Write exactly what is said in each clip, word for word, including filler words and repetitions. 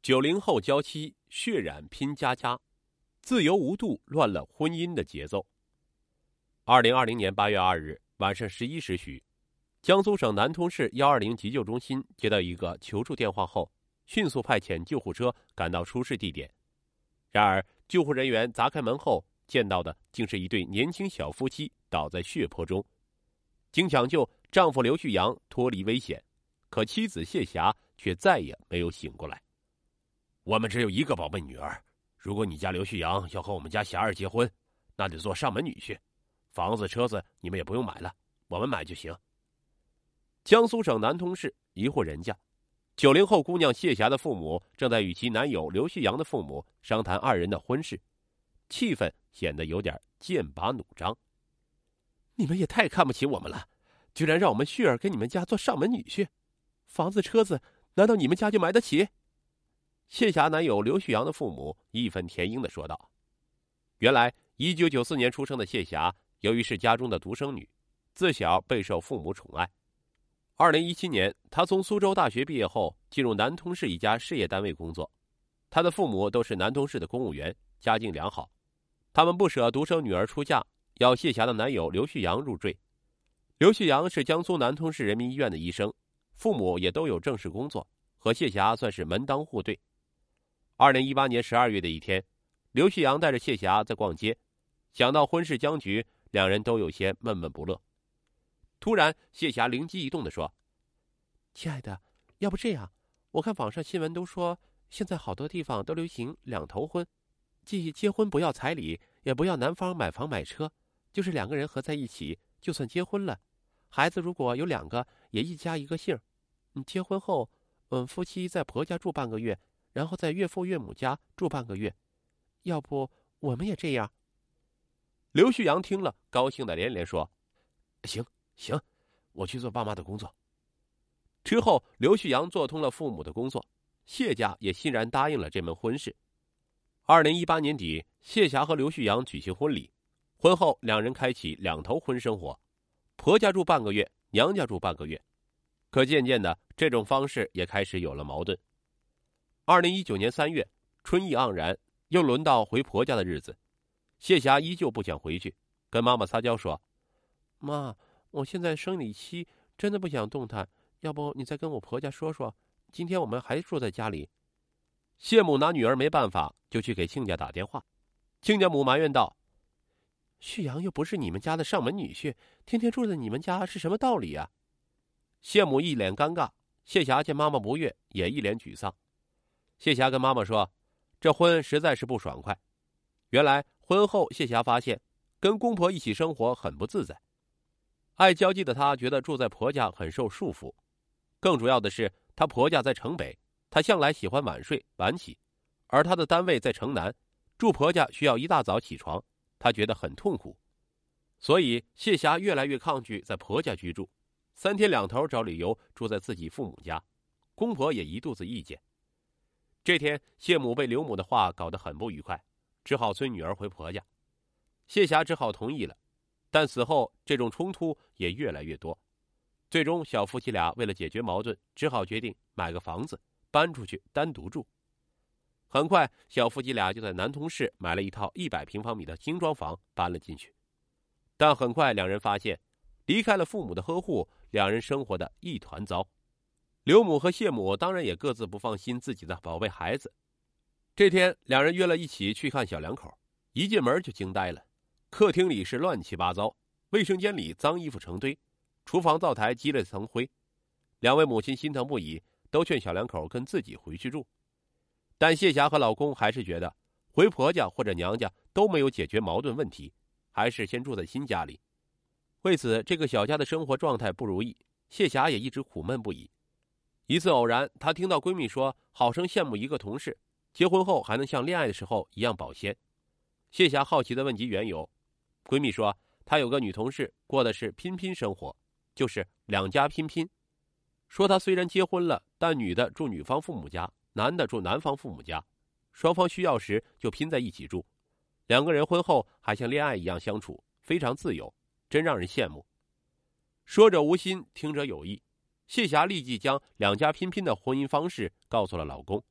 九零后娇妻血染拼家家，自由无度乱了婚姻的节奏。二零二零年八月二日晚上十一时许，江苏省南通市幺二零急救中心接到一个求助电话后，迅速派遣救护车赶到出事地点。然而，救护人员砸开门后，见到的竟是一对年轻小夫妻倒在血泊中。经抢救，丈夫刘旭阳脱离危险，可妻子谢霞却再也没有醒过来。我们只有一个宝贝女儿，如果你家刘旭阳要和我们家霞儿结婚，那得做上门女婿，房子车子你们也不用买了，我们买就行。江苏省南通市一户人家，九零后姑娘谢霞的父母正在与其男友刘旭阳的父母商谈二人的婚事，气氛显得有点剑拔弩张。你们也太看不起我们了，居然让我们旭儿给你们家做上门女婿，房子车子难道你们家就买得起？谢霞男友刘旭阳的父母义愤填膺地说道。原来一九九四年出生的谢霞由于是家中的独生女，自小备受父母宠爱。二零一七年，她从苏州大学毕业后进入南通市一家事业单位工作。她的父母都是南通市的公务员，家境良好，他们不舍独生女儿出嫁，要谢霞的男友刘旭阳入赘。刘旭阳是江苏南通市人民医院的医生，父母也都有正式工作，和谢霞算是门当户对。二零一八年十二月的一天，刘旭阳带着谢霞在逛街，想到婚事僵局，两人都有些闷闷不乐。突然，谢霞灵机一动地说：“亲爱的，要不这样，我看网上新闻都说，现在好多地方都流行两头婚，既结婚不要彩礼，也不要男方买房买车，就是两个人合在一起，就算结婚了。孩子如果有两个，也一家一个姓。你结婚后，嗯，夫妻在婆家住半个月，然后在岳父岳母家住半个月，要不我们也这样？”刘旭阳听了，高兴的连连说：“行行，我去做爸妈的工作。”之后，刘旭阳做通了父母的工作，谢家也欣然答应了这门婚事。二零一八年底，谢霞和刘旭阳举行婚礼，婚后两人开启两头婚生活，婆家住半个月，娘家住半个月。可渐渐的，这种方式也开始有了矛盾。二零一九年三月，春意盎然，又轮到回婆家的日子。谢霞依旧不想回去，跟妈妈撒娇说：“妈，我现在生理期，真的不想动弹，要不你再跟我婆家说说，今天我们还住在家里。”谢母拿女儿没办法，就去给亲家打电话。亲家母埋怨道：“旭阳又不是你们家的上门女婿，天天住在你们家是什么道理啊？”谢母一脸尴尬，谢霞见妈妈不悦，也一脸沮丧。谢霞跟妈妈说：“这婚实在是不爽快。”原来婚后，谢霞发现跟公婆一起生活很不自在。爱交际的她觉得住在婆家很受束缚，更主要的是她婆家在城北，她向来喜欢晚睡晚起，而她的单位在城南，住婆家需要一大早起床，她觉得很痛苦。所以谢霞越来越抗拒在婆家居住，三天两头找理由住在自己父母家，公婆也一肚子意见。这天，谢母被刘母的话搞得很不愉快，只好催女儿回婆家。谢霞只好同意了，但此后这种冲突也越来越多。最终，小夫妻俩为了解决矛盾，只好决定买个房子搬出去单独住。很快，小夫妻俩就在南通市买了一套一百平方米的精装房搬了进去。但很快，两人发现离开了父母的呵护，两人生活的一团糟。刘母和谢母当然也各自不放心自己的宝贝孩子。这天，两人约了一起去看小两口，一进门就惊呆了。客厅里是乱七八糟，卫生间里脏衣服成堆，厨房灶台积了层灰。两位母亲心疼不已，都劝小两口跟自己回去住。但谢霞和老公还是觉得回婆家或者娘家都没有解决矛盾问题，还是先住在新家里。为此，这个小家的生活状态不如意，谢霞也一直苦闷不已。一次偶然，她听到闺蜜说好生羡慕一个同事，结婚后还能像恋爱的时候一样保鲜。谢霞好奇地问及缘由，闺蜜说她有个女同事过的是拼拼生活，就是两家拼拼。说她虽然结婚了，但女的住女方父母家，男的住男方父母家，双方需要时就拼在一起住，两个人婚后还像恋爱一样相处，非常自由，真让人羡慕。说者无心，听者有意，谢霞立即将两家拼拼的婚姻方式告诉了老公。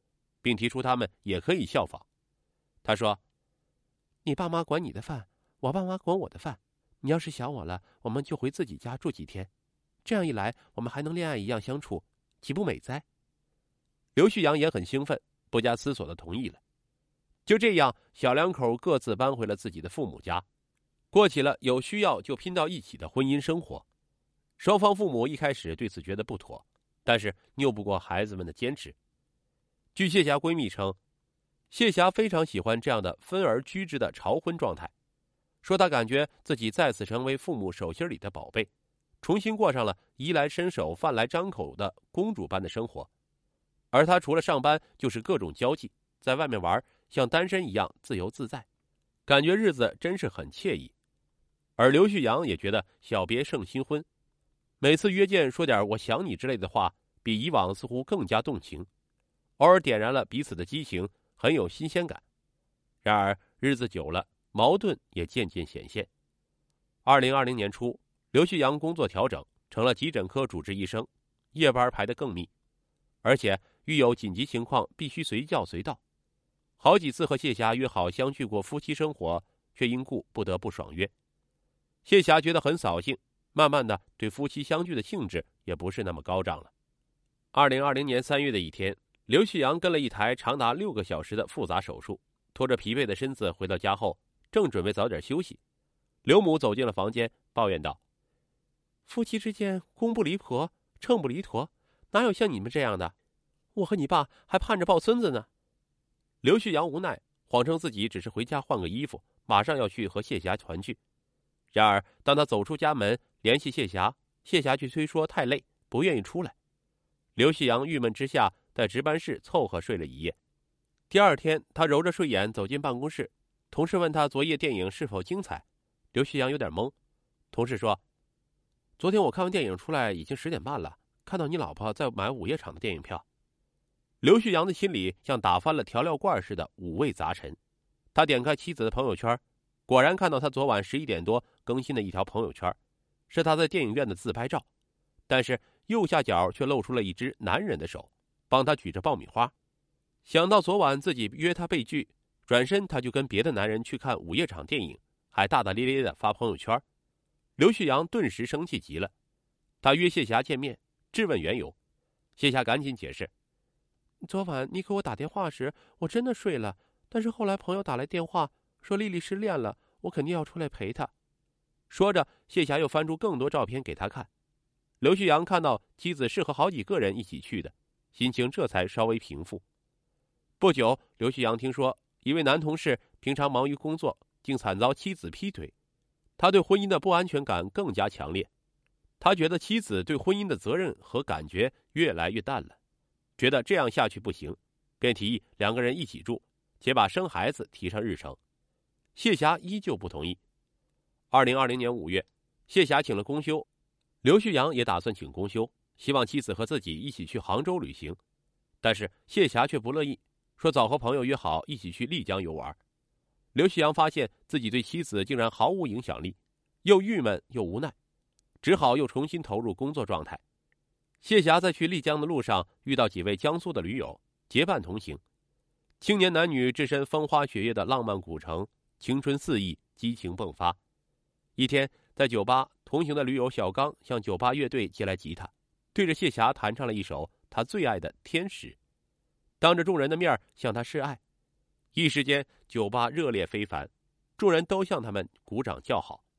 并提出他们也可以效仿。他说：“ 你爸妈管你的饭，我爸妈管我的饭。你要是想我了，我们就回自己家住几天。这样一来，我们还能恋爱一样相处，岂不美哉？” 刘旭阳也很兴奋，不加思索地同意了。就这样，小两口各自搬回了自己的父母家，过起了有需要就拼到一起的婚姻生活。双方父母一开始对此觉得不妥，但是拗不过孩子们的坚持。据谢霞闺蜜称，谢霞非常喜欢这样的分而居之的朝婚状态，说她感觉自己再次成为父母手心里的宝贝，重新过上了衣来伸手饭来张口的公主般的生活。而她除了上班就是各种交际，在外面玩像单身一样自由自在，感觉日子真是很惬意。而刘旭阳也觉得小别胜新婚，每次约见说点我想你之类的话，比以往似乎更加动情，偶尔点燃了彼此的激情，很有新鲜感。然而日子久了，矛盾也渐渐显现。二零二零年初，刘旭阳工作调整，成了急诊科主治医生，夜班排得更密，而且遇有紧急情况必须随叫随到。好几次和谢霞约好相聚过夫妻生活，却因故不得不爽约。谢霞觉得很扫兴，慢慢的对夫妻相聚的兴致也不是那么高涨了。二零二零年三月的一天，刘旭阳跟了一台长达六个小时的复杂手术，拖着疲惫的身子回到家后，正准备早点休息，刘母走进了房间，抱怨道：“ 夫妻之间公不离婆，秤不离砣，哪有像你们这样的？我和你爸还盼着抱孙子呢。” 刘旭阳无奈，谎称自己只是回家换个衣服，马上要去和谢霞团聚。然而当他走出家门联系谢霞，谢霞却推说太累，不愿意出来。刘旭阳郁闷之下，在值班室凑合睡了一夜。第二天，他揉着睡眼走进办公室，同事问他昨夜电影是否精彩，刘旭阳有点懵。同事说：“昨天我看完电影出来已经十点半了，看到你老婆在买午夜场的电影票。”刘旭阳的心里像打翻了调料罐似的五味杂陈。他点开妻子的朋友圈，果然看到他昨晚十一点多更新的一条朋友圈，是他在电影院的自拍照，但是右下角却露出了一只男人的手，帮他举着爆米花。想到昨晚自己约他被拒，转身他就跟别的男人去看午夜场电影，还大大咧咧的发朋友圈。刘旭阳顿时生气极了，他约谢霞见面，质问缘由。谢霞赶紧解释：“ 昨晚你给我打电话时，我真的睡了，但是后来朋友打来电话说丽丽失恋了，我肯定要出来陪她。” 说着，谢霞又翻出更多照片给他看。刘旭阳看到妻子是和好几个人一起去的，心情这才稍微平复。不久，刘旭阳听说一位男同事平常忙于工作，竟惨遭妻子劈腿，他对婚姻的不安全感更加强烈。他觉得妻子对婚姻的责任和感觉越来越淡了，觉得这样下去不行，便提议两个人一起住，且把生孩子提上日程。谢霞依旧不同意。二零二零年五月，谢霞请了公休，刘旭阳也打算请公休，希望妻子和自己一起去杭州旅行。但是谢霞却不乐意，说早和朋友约好一起去丽江游玩。刘旭阳发现自己对妻子竟然毫无影响力，又郁闷又无奈，只好又重新投入工作状态。谢霞在去丽江的路上遇到几位江苏的驴友，结伴同行。青年男女置身风花雪月的浪漫古城，青春肆意，激情迸发。一天，在酒吧，同行的驴友小刚向酒吧乐队借来吉他，对着谢霞弹唱了一首他最爱的《天使》，当着众人的面向他示爱。一时间，酒吧热烈非凡，众人都向他们鼓掌叫好。